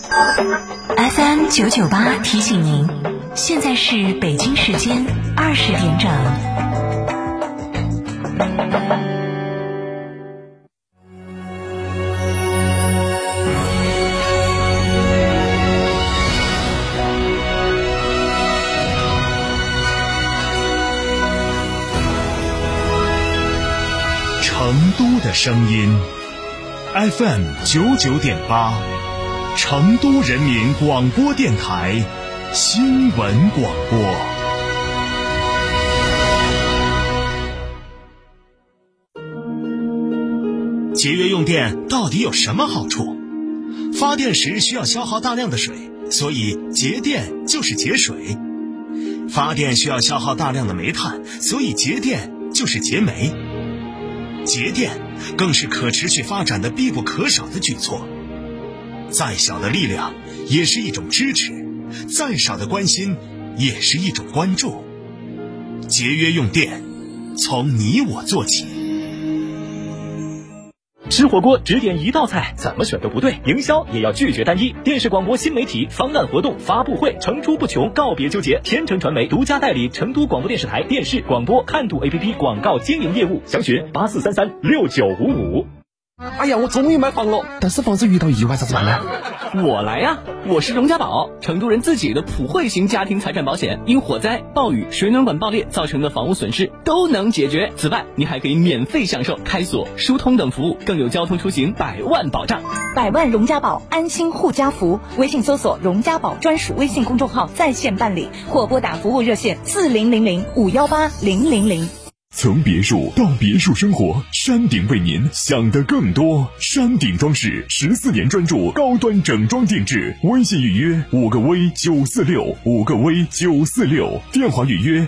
FM998提醒您，现在是北京时间20点整。 成都的声音 FM99.8，成都人民广播电台新闻广播。节约用电到底有什么好处？发电时需要消耗大量的水，所以节电就是节水。发电需要消耗大量的煤炭，所以节电就是节煤。节电更是可持续发展的必不可少的举措。再小的力量也是一种支持，再少的关心也是一种关注。节约用电，从你我做起。 吃火锅只点一道菜，怎么选都不对。营销也要拒绝单一。电视广播新媒体方案活动发布会层出不穷，告别纠结。天成传媒独家代理成都广播电视台电视广播看度 APP 广告经营业务，详询84336955。 哎呀，我终于买房了，但是房子遇到意外咋子办呢？ 我来呀！我是荣家宝，成都人自己的普惠型家庭财产保险，因火灾、暴雨、水暖管爆裂造成的房屋损失都能解决。此外，你还可以免费享受开锁、疏通等服务，更有交通出行100万保障。 100万荣家宝，安心护家福。微信搜索荣家宝专属微信公众号在线办理，或拨打服务热线4000518000。 从别墅到别墅生活，山顶为您想得更多。山顶装饰14年专注高端整装定制，微信预约5个 V946，5个 V946，电话预约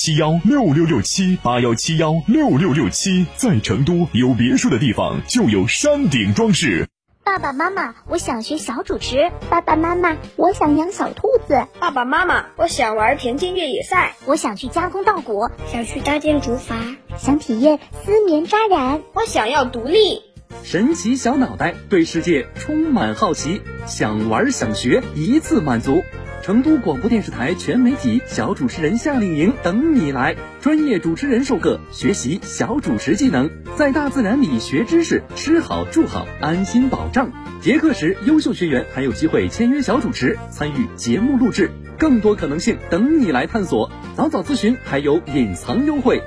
81716667，81716667。在成都有别墅的地方就有山顶装饰。 爸爸妈妈，我想学小主持。爸爸妈妈，我想养小兔子。 爸爸妈妈，我想玩田径越野赛。 我想去加工稻谷， 想去搭建竹筏， 想体验丝棉扎染。 我想要独立。 神奇小脑袋对世界充满好奇，想玩想学一次满足。成都广播电视台全媒体小主持人夏令营等你来，专业主持人授课，学习小主持技能，在大自然里学知识，吃好住好，安心保障。结课时，优秀学员还有机会签约小主持，参与节目录制，更多可能性等你来探索。早早咨询还有隐藏优惠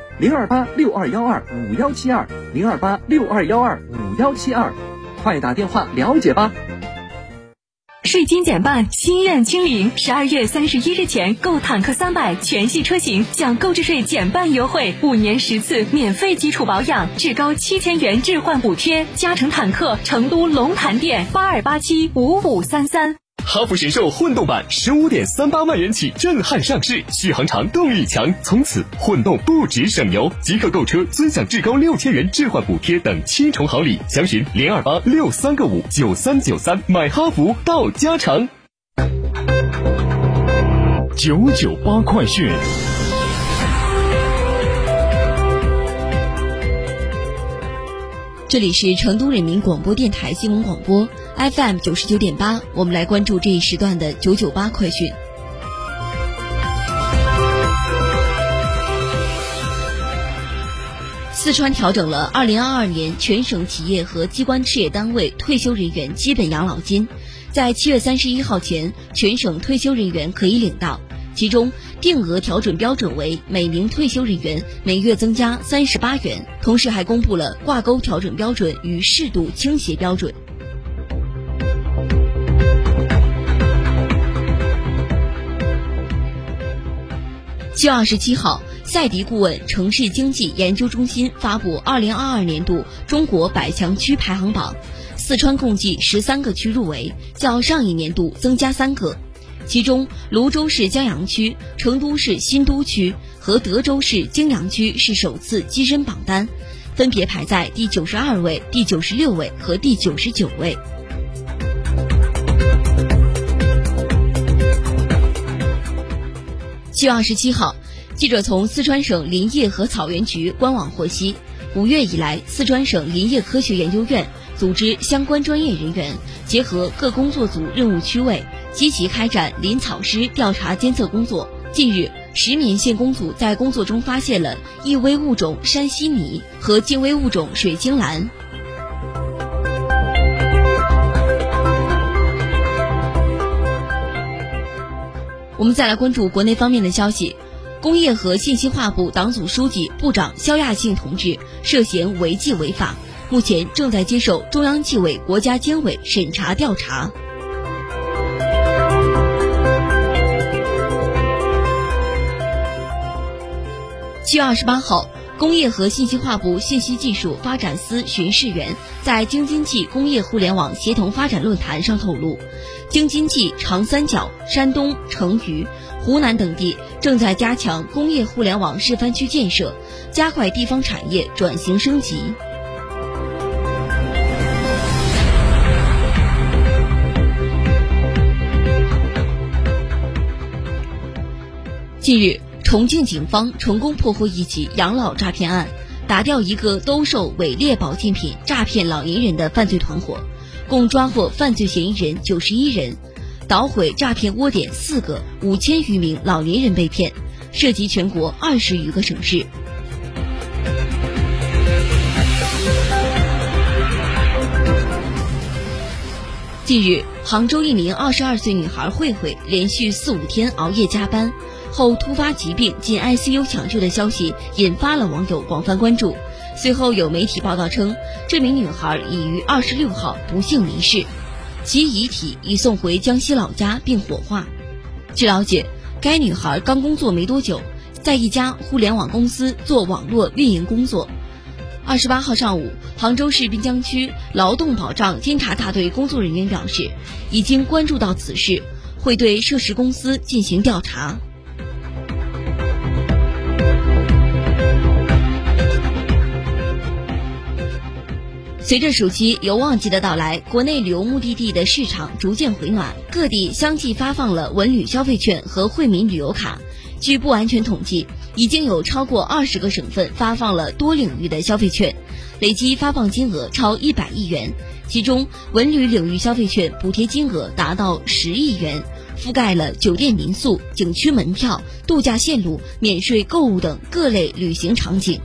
，02862125172，02862125172，快打电话了解吧。 税金减半，心愿清零。12月31日前购坦克300全系车型享购置税减半优惠，5年10次免费基础保养，至高7000元置换补贴。嘉诚坦克成都龙潭店82875533。 哈弗神兽混动版15.38万元起震撼上市，续航长，动力强，从此混动不止省油，即刻购车尊享至高6000元置换补贴等7重好礼，详询02863个59393，买哈弗到嘉诚。 998快讯。 这里是成都人民广播电台新闻广播 FM99.8，我们来关注这一时段的998快讯。四川调整了2022年全省企业和机关事业单位退休人员基本养老金，在7月31号前，全省退休人员可以领到。其中定额调整标准为每名退休人员每月增加38元，同时还公布了挂钩调整标准与适度倾斜标准。7月27号，赛迪顾问城市经济研究中心发布2022年度中国100强区排行榜，四川共计13个区入围，较上一年度增加3个。其中泸州市江阳区、成都市新都区和德州市泾阳区是首次跻身榜单，分别排在第92位、第96位和第99位。7月27号，记者从四川省林业和草原局官网获悉， 5月以来，四川省林业科学研究院组织相关专业人员，结合各工作组任务区位，积极开展林草湿调查监测工作。近日，石棉县工组在工作中发现了易危物种山西米和近危物种水晶兰。我们再来关注国内方面的消息。工业和信息化部党组书记、部长肖亚庆同志涉嫌违纪违法，目前正在接受中央纪委国家监委审查调查。7月28号，工业和信息化部信息技术发展司巡视员在京津冀工业互联网协同发展论坛上透露，京津冀、长三角、山东、成渝、湖南等地正在加强工业互联网示范区建设，加快地方产业转型升级。近日，重庆警方成功破获一起养老诈骗案，打掉一个兜售伪劣保健品诈骗老年人的犯罪团伙，共抓获犯罪嫌疑人91人，捣毁诈骗窝点4个，5000余名老年人被骗，涉及全国20余个省市。近日，杭州一名22岁女孩慧慧连续4、5天熬夜加班后突发疾病进 ICU 抢救的消息引发了网友广泛关注。随后有媒体报道称，这名女孩已于26号不幸离世，其遗体已送回江西老家并火化。据了解，该女孩刚工作没多久，在一家互联网公司做网络运营工作。28号上午，杭州市滨江区劳动保障监察大队工作人员表示，已经关注到此事，会对涉事公司进行调查。随着暑期游旺季的到来，国内旅游目的地的市场逐渐回暖，各地相继发放了文旅消费券和惠民旅游卡。据不完全统计，已经有超过20个省份发放了多领域的消费券，累计发放金额超100亿元。其中，文旅领域消费券补贴金额达到10亿元，覆盖了酒店民宿、景区门票、度假线路、免税购物等各类旅行场景。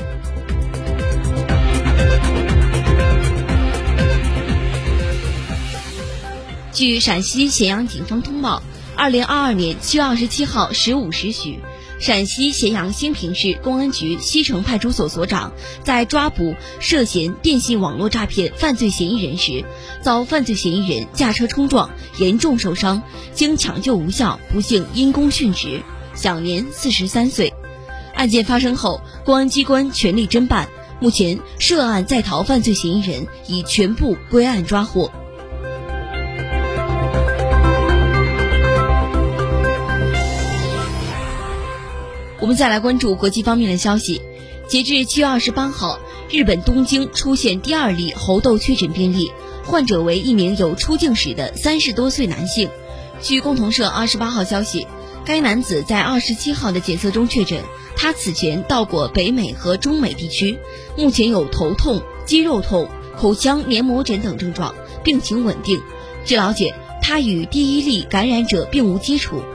据陕西咸阳警方通报，2022年7月27号15时许，陕西咸阳兴平市公安局西城派出所所长在抓捕涉嫌电信网络诈骗犯罪嫌疑人时，遭犯罪嫌疑人驾车冲撞，严重受伤，经抢救无效，不幸因公殉职，享年43岁。案件发生后，公安机关全力侦办，目前涉案在逃犯罪嫌疑人已全部归案抓获。我们再来关注国际方面的消息。截至7月28号，日本东京出现第2例猴痘确诊病例，患者为一名有出境史的30多岁男性。据共同社28号消息，该男子在27号的检测中确诊，他此前到过北美和中美地区，目前有头痛、肌肉痛、口腔黏膜疹等症状，病情稳定。据了解，他与第1例感染者并无接触，